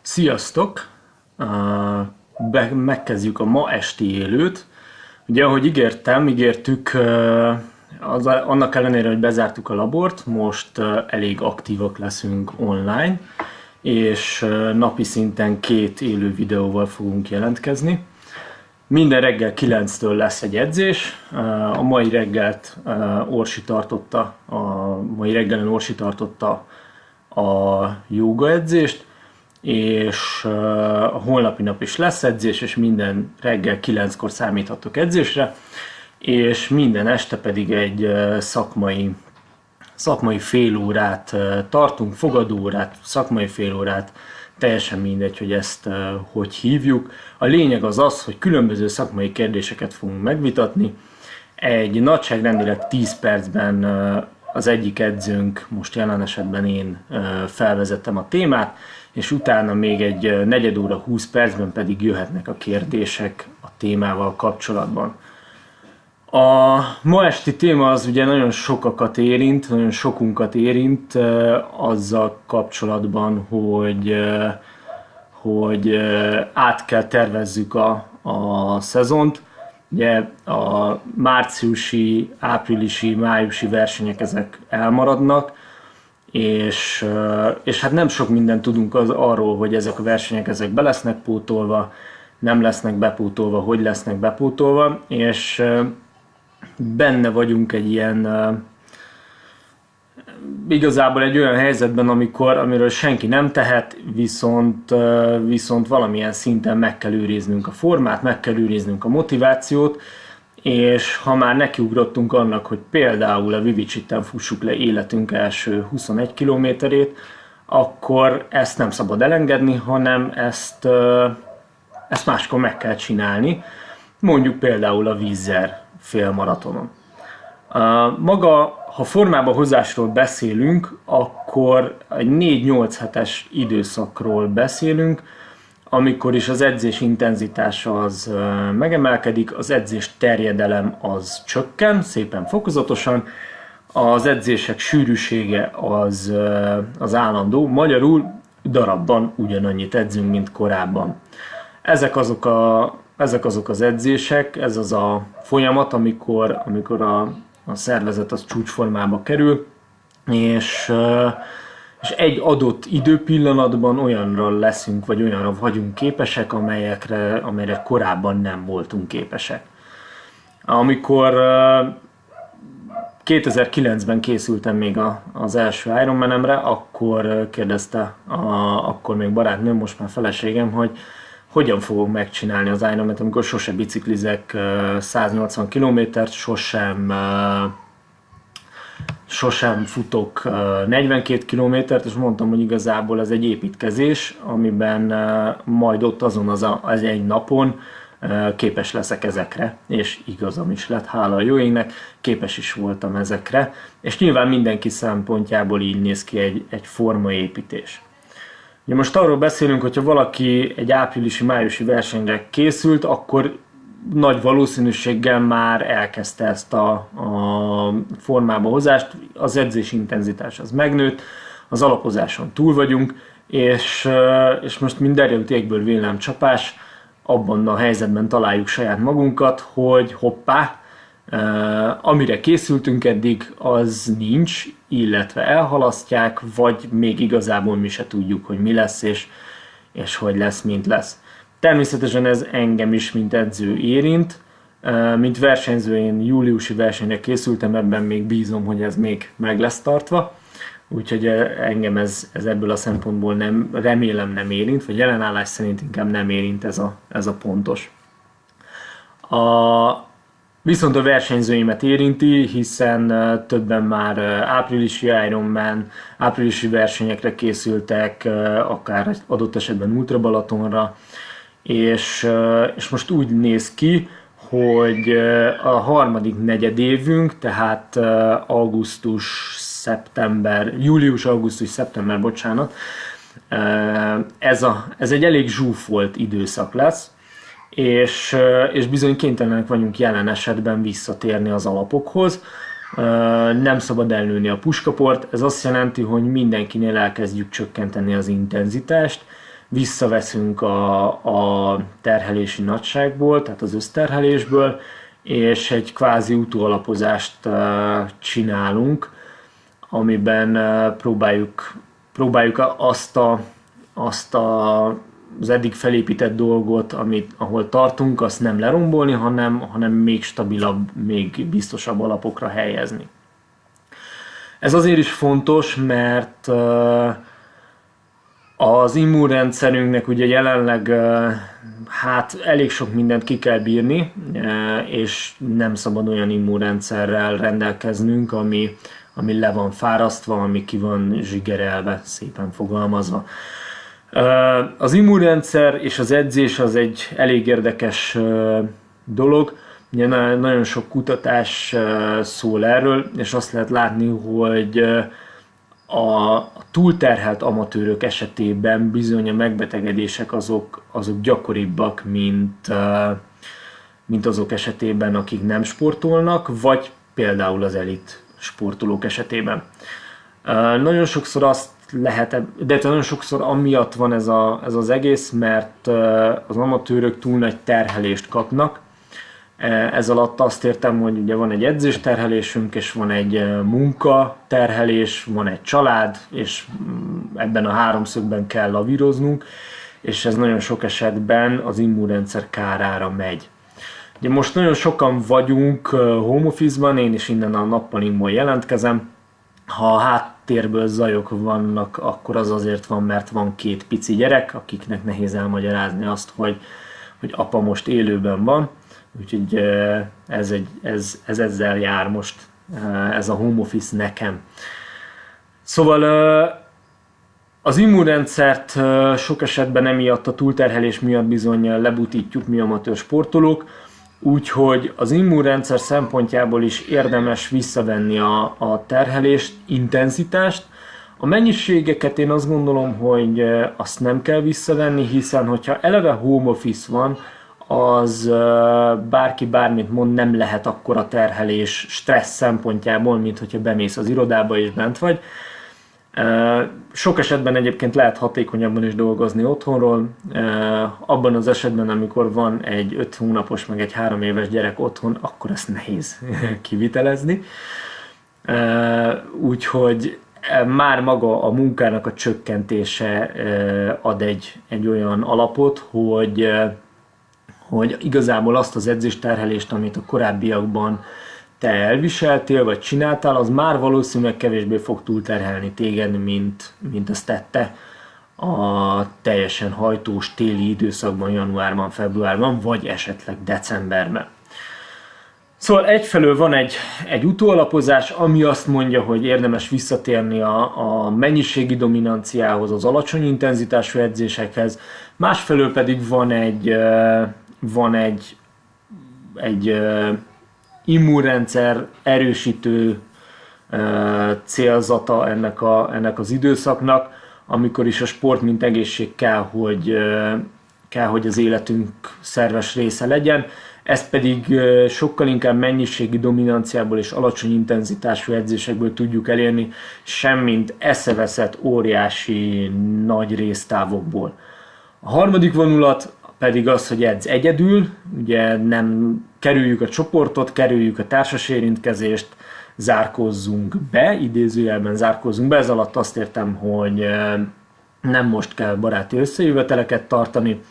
Sziasztok! Megkezdjük a ma esti élőt. Ugye, ahogy ígértük, annak ellenére, hogy bezártuk a labort, most elég aktívak leszünk online, és napi szinten 2 élő videóval fogunk jelentkezni. Minden reggel 9-től lesz egy edzés. A mai reggelen Orsi tartotta a jóga edzést, és a holnapi nap is lesz edzés, és minden reggel 9-kor számíthatok edzésre, és minden este pedig egy szakmai félórát tartunk, fogadóórát, szakmai félórát, teljesen mindegy, hogy ezt hogy hívjuk. A lényeg az, hogy különböző szakmai kérdéseket fogunk megvitatni. Egy nagyságrendileg 10 percben az egyik edzőnk, most jelen esetben én felvezettem a témát, és utána még egy negyed óra 20 percben pedig jöhetnek a kérdések a témával kapcsolatban. A ma esti téma az ugye nagyon sokunkat érint azzal kapcsolatban, hogy át kell tervezzük a szezont. Ugye a márciusi, áprilisi, májusi versenyek ezek elmaradnak, és hát nem sok mindent tudunk arról, hogy ezek a versenyek ezek be lesznek pótolva, nem lesznek bepótolva, hogy lesznek bepótolva, és benne vagyunk egy ilyen, igazából egy olyan helyzetben, amiről senki nem tehet, viszont valamilyen szinten meg kell őriznünk a formát, meg kell őriznünk a motivációt, és ha már nekiugrottunk annak, hogy például a Vivicitten fussuk le életünk első 21 kilométerét, akkor ezt nem szabad elengedni, hanem ezt máskor meg kell csinálni, mondjuk például a Vízzer félmaratonon. Ha formába hozásról beszélünk, akkor egy 4-8 hetes időszakról beszélünk, amikor is az edzés intenzitása az megemelkedik, az edzés terjedelem az csökken, szépen fokozatosan, az edzések sűrűsége az állandó, magyarul darabban ugyanannyit edzünk, mint korábban. Ezek azok az edzések, ez az a folyamat, amikor a szervezet az csúcsformába kerül, és egy adott időpillanatban olyanra leszünk, vagy olyanra vagyunk képesek, amelyre korábban nem voltunk képesek. Amikor 2009-ben készültem még az első Ironmanemre, akkor kérdezte akkor még barátnőm, most már feleségem, hogy hogyan fogok megcsinálni az Ironman-t, amikor sose biciklizek 180 km-t, sosem futok 42 kilométert, és mondtam, hogy igazából ez egy építkezés, amiben majd ott azon az egy napon képes leszek ezekre, és igazam is lett, hála a jó égnek, képes is voltam ezekre, és nyilván mindenki szempontjából így néz ki egy formaépítés. Ugye most arról beszélünk, hogyha valaki egy áprilisi-májusi versenyre készült, akkor nagy valószínűséggel már elkezdte ezt a formába hozást, az edzés intenzitás az megnőtt, az alapozáson túl vagyunk, és most mind derült égből villámcsapás, abban a helyzetben találjuk saját magunkat, hogy hoppá, amire készültünk eddig, az nincs, illetve elhalasztják, vagy még igazából mi se tudjuk, hogy mi lesz, és hogy lesz, mint lesz. Természetesen ez engem is, mint edző érint, mint versenyző én júliusi versenyre készültem, ebben még bízom, hogy ez még meg lesz tartva, úgyhogy engem ez ebből a szempontból remélem nem érint, vagy jelenállás szerint inkább nem érint ez a pontos. Viszont a versenyzőimet érinti, hiszen többen már áprilisi Ironman, áprilisi versenyekre készültek, akár adott esetben Ultra Balatonra, és most úgy néz ki, hogy a harmadik negyedévünk, tehát július, augusztus, szeptember, bocsánat, ez egy elég zsúfolt időszak lesz, és bizony kénytelenek vagyunk jelen esetben visszatérni az alapokhoz. Nem szabad elnőni a puskaport, ez azt jelenti, hogy mindenkinél elkezdjük csökkenteni az intenzitást, visszaveszünk a terhelési nagyságból, tehát az összterhelésből, és egy kvázi utóalapozást csinálunk, amiben próbáljuk az eddig felépített dolgot, ahol tartunk, azt nem lerombolni, hanem még stabilabb, még biztosabb alapokra helyezni. Ez azért is fontos, mert az immunrendszerünknek ugye jelenleg hát elég sok mindent ki kell bírni, és nem szabad olyan immunrendszerrel rendelkeznünk, ami le van fárasztva, ami ki van zsigerelve, szépen fogalmazva. Az immunrendszer és az edzés az egy elég érdekes dolog. Ugye nagyon sok kutatás szól erről, és azt lehet látni, hogy a túlterhelt amatőrök esetében bizony a megbetegedések azok gyakoribbak, mint azok esetében, akik nem sportolnak, vagy például az elit sportolók esetében. Nagyon sokszor nagyon sokszor amiatt van ez az egész, mert az amatőrök túl nagy terhelést kapnak. Ez alatt azt értem, hogy ugye van egy edzésterhelésünk, és van egy munkaterhelés, van egy család, és ebben a háromszögben kell lavíroznunk, és ez nagyon sok esetben az immunrendszer kárára megy. Ugye most nagyon sokan vagyunk home office-ban, én is innen a nappalinkból jelentkezem. Ha a háttérből zajok vannak, akkor az azért van, mert van két pici gyerek, akiknek nehéz elmagyarázni azt, hogy apa most élőben van. Úgyhogy ez ezzel jár most, ez a home office nekem. Szóval az immunrendszert sok esetben emiatt a túlterhelés miatt bizony lebutítjuk mi amatőr sportolók, úgyhogy az immunrendszer szempontjából is érdemes visszavenni a terhelést, intenzitást. A mennyiségeket én azt gondolom, hogy azt nem kell visszavenni, hiszen hogyha eleve home office van, az bárki bármit mond, nem lehet akkora terhelés stressz szempontjából, mint hogyha bemész az irodába és bent vagy. Sok esetben egyébként lehet hatékonyabban is dolgozni otthonról. Abban az esetben, amikor van egy 5 hónapos, meg egy 3 éves gyerek otthon, akkor ezt nehéz kivitelezni. Úgyhogy már maga a munkának a csökkentése ad egy olyan alapot, hogy igazából azt az edzésterhelést, amit a korábbiakban te elviseltél, vagy csináltál, az már valószínűleg kevésbé fog túlterhelni téged, mint azt tette a teljesen hajtós téli időszakban, januárban, februárban, vagy esetleg decemberben. Szóval egyfelől van egy utóalapozás, ami azt mondja, hogy érdemes visszatérni a mennyiségi dominanciához, az alacsony intenzitású edzésekhez, másfelől pedig van egy immunrendszer erősítő célzata ennek az időszaknak, amikor is a sport mint egészség kell, hogy az életünk szerves része legyen. Ezt pedig sokkal inkább mennyiségi dominanciából és alacsony intenzitású edzésekből tudjuk elérni, semmint eszeveszett óriási nagy résztávokból. A harmadik vonulat pedig az, hogy edz egyedül, ugye nem kerüljük a csoportot, kerüljük a társas érintkezést, zárkózzunk be, idézőjelben zárkózzunk be, ez alatt azt értem, hogy nem most kell baráti összejöveteleket tartani,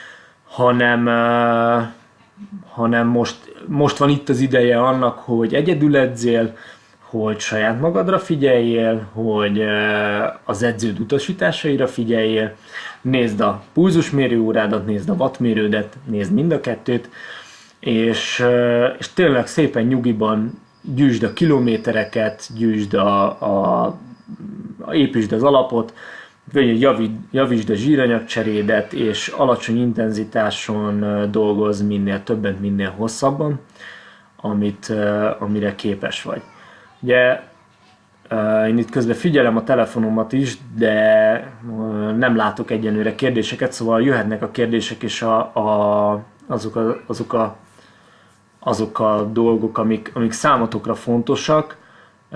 hanem most van itt az ideje annak, hogy egyedül edzél, hogy saját magadra figyeljél, hogy az edződ utasításaira figyeljél, nézd a pulzusmérő órádat, nézd a wattmérődet, nézd mind a kettőt, és tényleg szépen nyugiban gyűjtsd a kilométereket, építsd az alapot, javítsd a zsíranyagcserédet, és alacsony intenzitáson dolgozz minél többet, minél hosszabban, amire képes vagy. Ugye én itt közben figyelem a telefonomat is, de nem látok egyenlőre kérdéseket, szóval jöhetnek a kérdések és azok a dolgok, amik számotokra fontosak,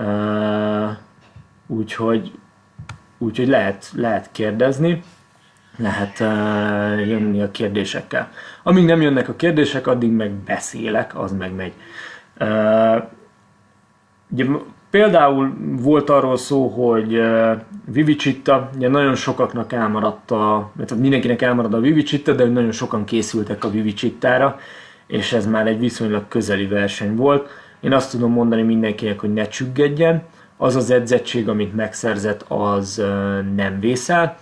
úgyhogy lehet kérdezni. lehet jönni a kérdésekkel. Amíg nem jönnek a kérdések, addig meg beszélek, az meg megy. Ugye, például volt arról szó, hogy Vivicitta, ugye nagyon sokaknak elmaradt mert mindenkinek elmarad a Vivicitta, de nagyon sokan készültek a Vivicittára, és ez már egy viszonylag közeli verseny volt. Én azt tudom mondani mindenkinek, hogy ne csüggedjen, az az edzettség, amit megszerzett, az nem vészel,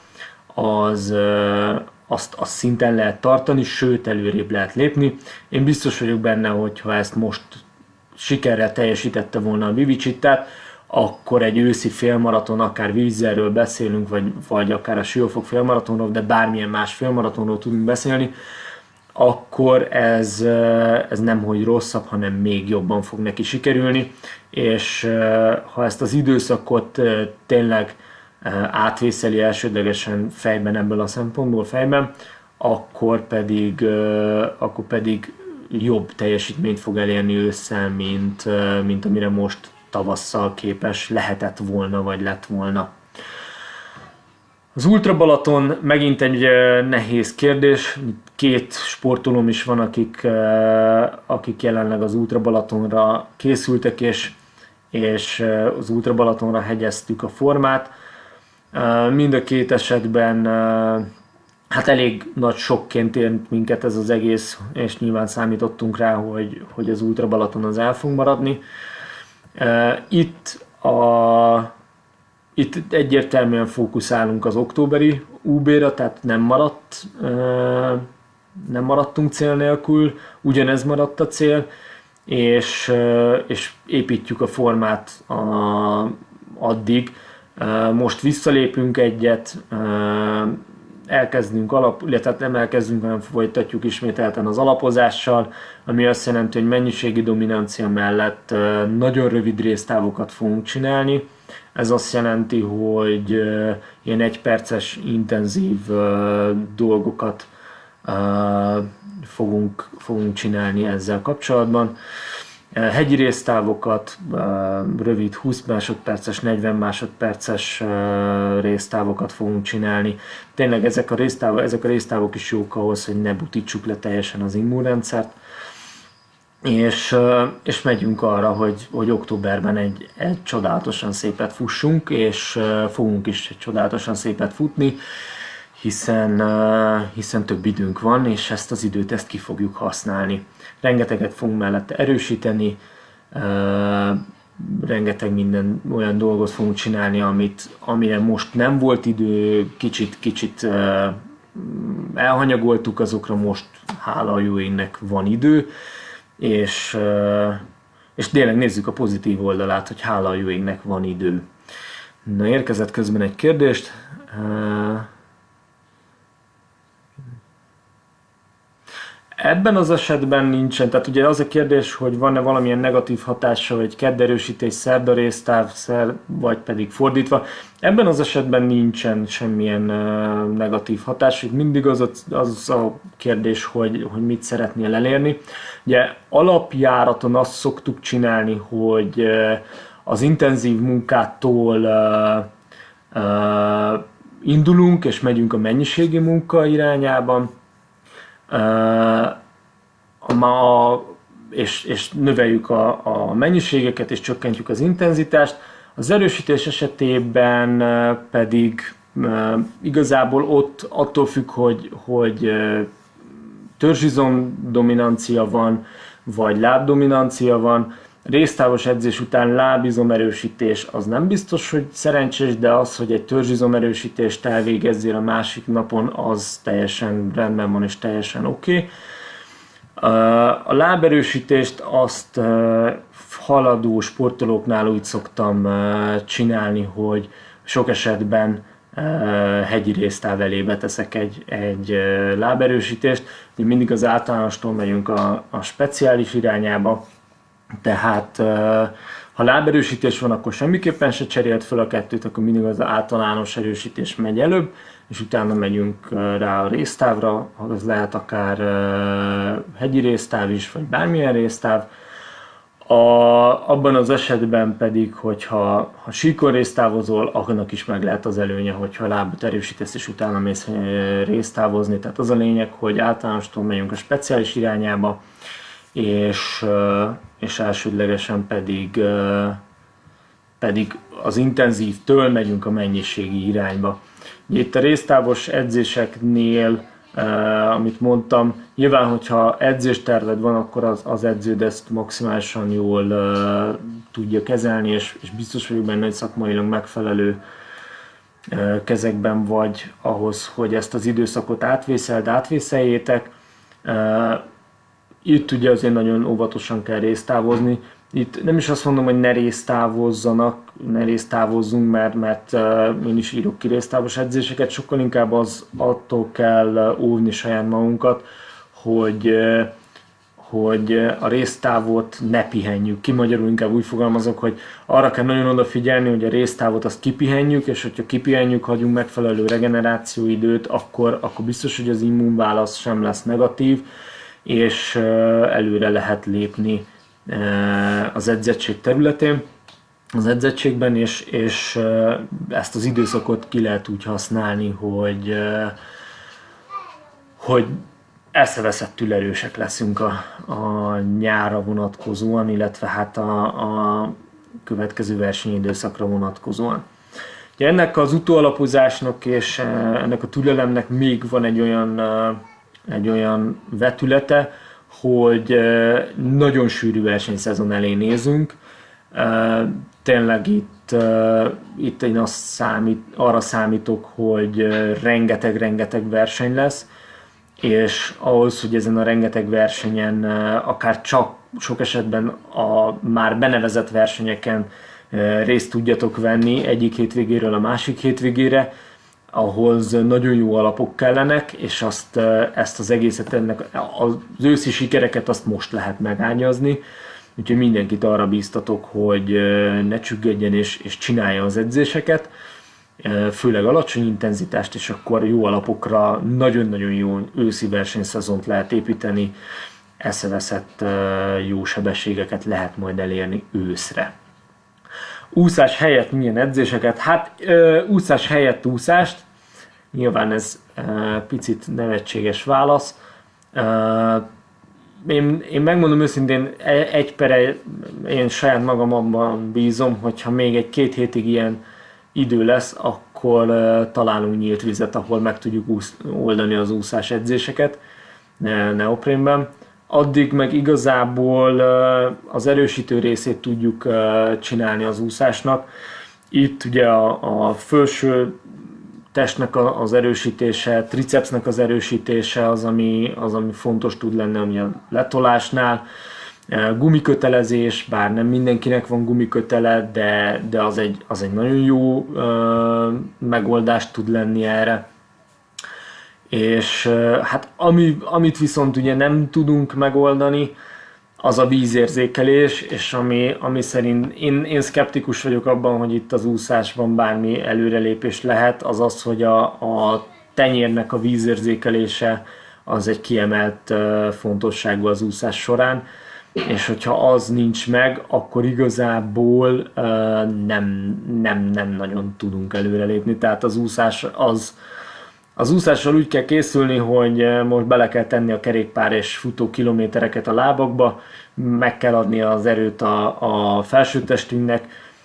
azt szinten lehet tartani, sőt előrébb lehet lépni. Én biztos vagyok benne, hogy ha ezt most sikerrel teljesítette volna a Vivicittát, akkor egy őszi félmaraton, akár Vízerről beszélünk, vagy akár a Siófok félmaratonról, de bármilyen más félmaratonról tudunk beszélni, akkor ez nem hogy rosszabb, hanem még jobban fog neki sikerülni, és ha ezt az időszakot tényleg átvészeli elsődlegesen fejben ebből a szempontból akkor pedig jobb teljesítményt fog elérni ősszel, mint amire most tavasszal képes lehetett volna, vagy lett volna. Az Ultra Balaton megint egy nehéz kérdés. Két sportolóm is van, akik jelenleg az Ultra Balatonra készültek, és az Ultra Balatonra hegyeztük a formát. Mind a két esetben hát elég nagy sokként ért minket ez az egész, és nyilván számítottunk rá, hogy az Ultra Balaton az el fog maradni. Itt egyértelműen fókuszálunk az októberi UB-ra, tehát nem maradtunk cél nélkül, ugyanez maradt a cél, és építjük a formát addig. Most visszalépünk egyet, elkezdünk tehát nem elkezdünk, hanem folytatjuk ismételten az alapozással, ami azt jelenti, hogy mennyiségi dominancia mellett nagyon rövid résztávokat fogunk csinálni. Ez azt jelenti, hogy ilyen egyperces intenzív dolgokat fogunk csinálni ezzel kapcsolatban. Hegyi résztávokat, rövid 20 másodperces, 40 másodperces résztávokat fogunk csinálni. Tényleg ezek a résztávok is jók ahhoz, hogy ne butítsuk le teljesen az immunrendszert. És megyünk arra, hogy októberben egy csodálatosan szépet fussunk, és fogunk is egy csodálatosan szépet futni, hiszen több időnk van, és ezt az időt ki fogjuk használni. Rengeteget fogunk mellette erősíteni, rengeteg minden olyan dolgot fogunk csinálni, amire most nem volt idő, kicsit elhanyagoltuk, azokra most hála a jó égnek van idő, és tényleg nézzük a pozitív oldalát, hogy hála a jó égnek van idő. Na, érkezett közben egy kérdést. Ebben az esetben nincsen, tehát ugye az a kérdés, hogy van-e valamilyen negatív hatása, vagy kedderősítés, szerda résztáv, vagy pedig fordítva. Ebben az esetben nincsen semmilyen negatív hatás, mindig az a kérdés, hogy mit szeretnél elérni. Ugye alapjáraton azt szoktuk csinálni, hogy az intenzív munkától indulunk, és megyünk a mennyiségi munka irányában, és növeljük a mennyiségeket, és csökkentjük az intenzitást. Az erősítés esetében pedig igazából ott attól függ, hogy törzsizom dominancia van, vagy lábdominancia van. Résztávos edzés után lábizomerősítés az nem biztos, hogy szerencsés, de az, hogy egy törzsizomerősítést elvégezzél a másik napon, az teljesen rendben van és teljesen oké. A láberősítést azt haladó sportolóknál úgy szoktam csinálni, hogy sok esetben hegyi résztáv elébe teszek egy láberősítést. Mindig az általánostól megyünk a speciális irányába, tehát ha láberősítés van, akkor semmiképpen se cserélt fel a kettőt, akkor mindig az általános erősítés megy előbb, és utána megyünk rá a résztávra, az lehet akár hegyi résztáv is, vagy bármilyen résztáv. Abban az esetben pedig, hogyha síkon résztávozol, annak is meg lehet az előnye, hogyha lábat erősítesz és utána mész résztávozni. Tehát az a lényeg, hogy általánostól megyünk a speciális irányába, és elsődlegesen pedig az intenzívtől megyünk a mennyiségi irányba. Itt a résztávos edzéseknél, amit mondtam, nyilván, hogyha edzésterved van, akkor az edződ ezt maximálisan jól tudja kezelni, és biztos vagyok benne, hogy szakmailag megfelelő kezekben vagy ahhoz, hogy ezt az időszakot átvészeljétek. Itt ugye azért nagyon óvatosan kell résztávozni. Itt nem is azt mondom, hogy ne résztávozzunk, mert én is írok ki résztávos edzéseket, sokkal inkább attól kell óvni saját magunkat, hogy a résztávot ne pihenjük ki. Magyarul inkább úgy fogalmazok, hogy arra kell nagyon odafigyelni, hogy a résztávot azt kipihenjük, és hogyha kipihenjük, hagyunk megfelelő regenerációidőt, akkor biztos, hogy az immunválasz sem lesz negatív, és előre lehet lépni az edzettség területén, az edzettségben, és ezt az időszakot ki lehet úgy használni, hogy eszeveszettül erősek leszünk a nyárra vonatkozóan, illetve hát a következő versenyidőszakra vonatkozóan. Ugye ennek az utóalapozásnak és ennek a türelemnek még van egy olyan vetülete, hogy nagyon sűrű versenyszezon elé nézünk. Tényleg itt én arra számítok, hogy rengeteg verseny lesz, és ahhoz, hogy ezen a rengeteg versenyen, akár csak sok esetben a már benevezett versenyeken részt tudjatok venni egyik hétvégéről a másik hétvégére, ahhoz nagyon jó alapok kellenek, és ezt az egészet, az őszi sikereket azt most lehet megányazni. Úgyhogy mindenkit arra bíztatok, hogy ne csüggedjen és csinálja az edzéseket, főleg alacsony intenzitást, és akkor jó alapokra nagyon-nagyon jó őszi versenyszezont lehet építeni, eszeveszett jó sebességeket lehet majd elérni őszre. Úszás helyett milyen edzéseket? Hát úszás helyett úszást, nyilván ez picit nevetséges válasz. Én megmondom őszintén, én saját magam abban bízom, hogyha még egy-két hétig ilyen idő lesz, akkor találunk nyílt vizet, ahol meg tudjuk oldani az úszás edzéseket neoprénben. Addig meg igazából az erősítő részét tudjuk csinálni az úszásnak. Itt ugye a felső testnek az erősítése, tricepsnek az erősítése az, ami fontos tud lenni a letolásnál. Gumikötelezés, bár nem mindenkinek van gumikötele, de az egy nagyon jó megoldást tud lenni erre. És hát amit viszont ugye nem tudunk megoldani, az a vízérzékelés, és ami szerint én szkeptikus vagyok abban, hogy itt az úszásban bármi előrelépés lehet, az az, hogy a tenyérnek a vízérzékelése az egy kiemelt fontosságú az úszás során, és hogyha az nincs meg, akkor igazából nem nagyon tudunk előrelépni. Tehát az úszással úgy kell készülni, hogy most bele kell tenni a kerékpár és futó kilométereket a lábakba, meg kell adni az erőt a felsőtestünknek,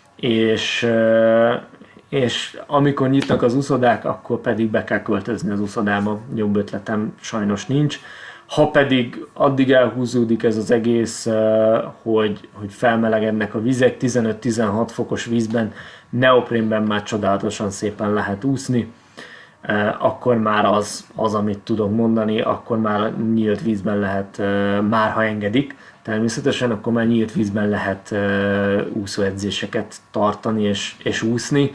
és amikor nyitnak az úszodák, akkor pedig be kell költözni az úszodába. Jobb ötletem sajnos nincs. Ha pedig addig elhúzódik ez az egész, hogy felmelegednek a vizek, 15-16 fokos vízben, neoprénben már csodálatosan szépen lehet úszni, akkor már az, amit tudok mondani, akkor már nyílt vízben lehet, már ha engedik, természetesen, akkor már nyílt vízben lehet úszóedzéseket tartani és úszni.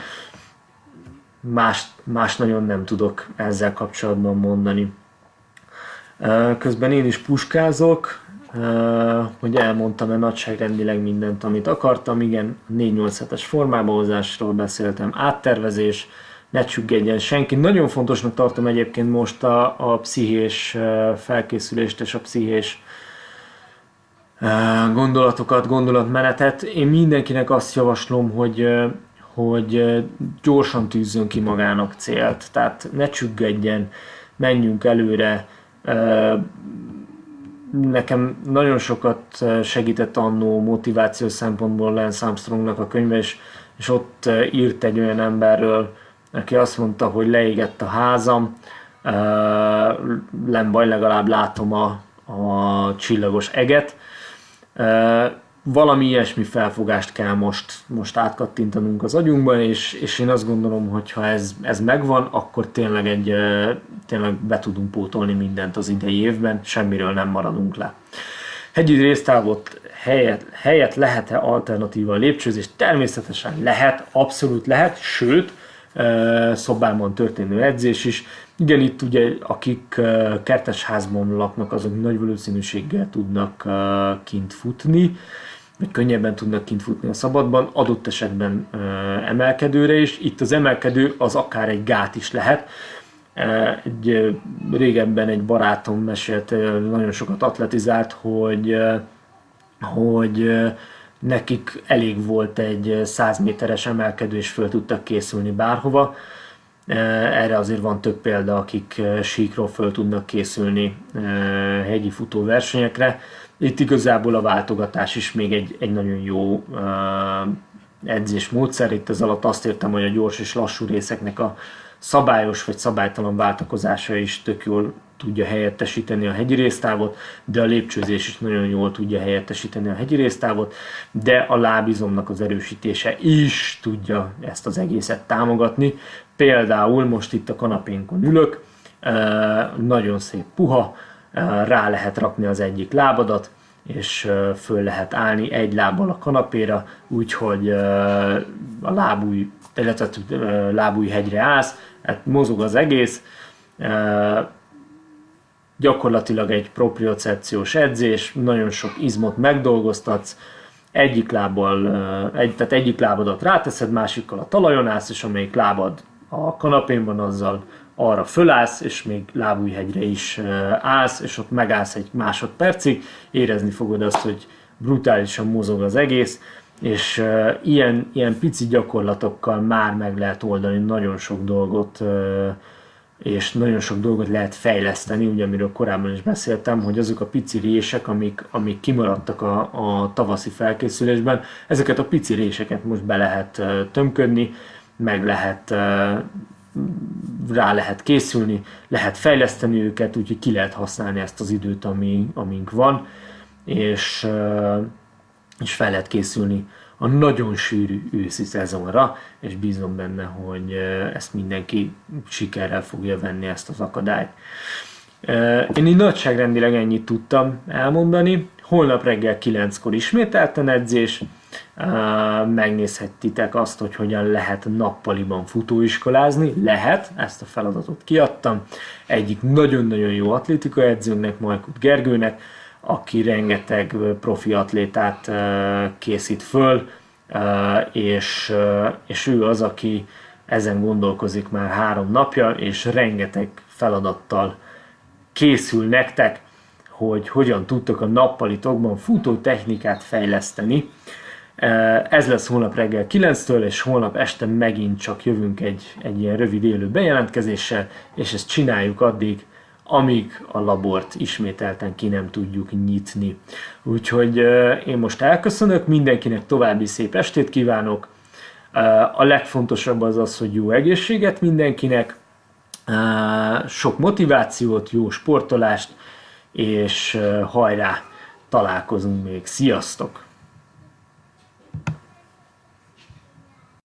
Más nagyon nem tudok ezzel kapcsolatban mondani. Közben én is puskázok, hogy elmondtam-e nagyságrendileg mindent, amit akartam. Igen, 4-8-7-es formában beszéltem, áttervezés, ne csüggedjen senki. Nagyon fontosnak tartom egyébként most a pszichés felkészülést és a pszichés gondolatokat, gondolatmenetet. Én mindenkinek azt javaslom, hogy gyorsan tűzzön ki magának célt, tehát ne csüggedjen, menjünk előre. Nekem nagyon sokat segített annó motivációs szempontból Lance Armstrongnak a könyve, és ott írt egy olyan emberről, aki azt mondta, hogy leégett a házam, nem baj, legalább látom a csillagos eget. Valami ilyesmi felfogást kell most átkattintanunk az agyunkban, és én azt gondolom, hogy ha ez megvan, akkor tényleg be tudunk pótolni mindent az idei évben, semmiről nem maradunk le. Hegyi résztávot helyett lehet-e alternatíva a lépcsőzés? Természetesen lehet, abszolút lehet, sőt, szobában történő edzés is. Igen, itt ugye akik kertesházban laknak, azok nagy valószínűséggel tudnak kint futni, vagy könnyebben tudnak kint futni a szabadban, adott esetben emelkedőre is. Itt az emelkedő az akár egy gát is lehet. Régebben egy barátom mesélt, nagyon sokat atletizált, hogy nekik elég volt egy 100 méteres emelkedő, és föl tudtak készülni bárhova. Erre azért van több példa, akik síkról föl tudnak készülni hegyi futóversenyekre. Itt igazából a váltogatás is még egy nagyon jó edzésmódszer. Itt ez alatt azt értem, hogy a gyors és lassú részeknek a szabályos vagy szabálytalan váltakozása is tök jól tudja helyettesíteni a hegyi résztávot, de a lépcsőzés is nagyon jól tudja helyettesíteni a hegyi résztávot, de a lábizomnak az erősítése is tudja ezt az egészet támogatni. Például most itt a kanapénkon ülök, nagyon szép puha, rá lehet rakni az egyik lábadat, és föl lehet állni egy lábbal a kanapéra, úgyhogy a lábúj hegyre állsz, hát mozog az egész, gyakorlatilag egy propriocepciós edzés, nagyon sok izmot megdolgoztatsz, tehát egyik lábadat ráteszed, másikkal a talajon állsz, és amelyik lábad a kanapén van, azzal arra fölállsz, és még lábújhegyre is állsz, és ott megállsz egy másodpercig, érezni fogod azt, hogy brutálisan mozog az egész, és ilyen pici gyakorlatokkal már meg lehet oldani nagyon sok dolgot, és nagyon sok dolgot lehet fejleszteni, ugye amiről korábban is beszéltem, hogy azok a pici rések, amik kimaradtak a tavaszi felkészülésben, ezeket a pici réseket most be lehet tömködni, rá lehet készülni, lehet fejleszteni őket, úgyhogy ki lehet használni ezt az időt, amink van, és fel lehet készülni a nagyon sűrű őszi szezonra, és bízom benne, hogy ezt mindenki sikerrel fogja venni, ezt az akadályt. Én így nagyságrendileg ennyit tudtam elmondani. Holnap reggel 9-kor ismételten edzés. Megnézhetitek azt, hogy hogyan lehet nappaliban futóiskolázni. Lehet, ezt a feladatot kiadtam. Egyik nagyon-nagyon jó atlétika edzőnknek, Majkut Gergőnek, aki rengeteg profi atlétát készít föl, és ő az, aki ezen gondolkozik már 3 napja, és rengeteg feladattal készül nektek, hogy hogyan tudtok a nappalitokban futó technikát fejleszteni. Ez lesz holnap reggel 9-től, és holnap este megint csak jövünk egy ilyen rövid élő bejelentkezéssel, és ezt csináljuk addig, amíg a labort ismételten ki nem tudjuk nyitni. Úgyhogy én most elköszönök, mindenkinek további szép estét kívánok. A legfontosabb az, hogy jó egészséget mindenkinek, sok motivációt, jó sportolást, és hajrá, találkozunk még. Sziasztok!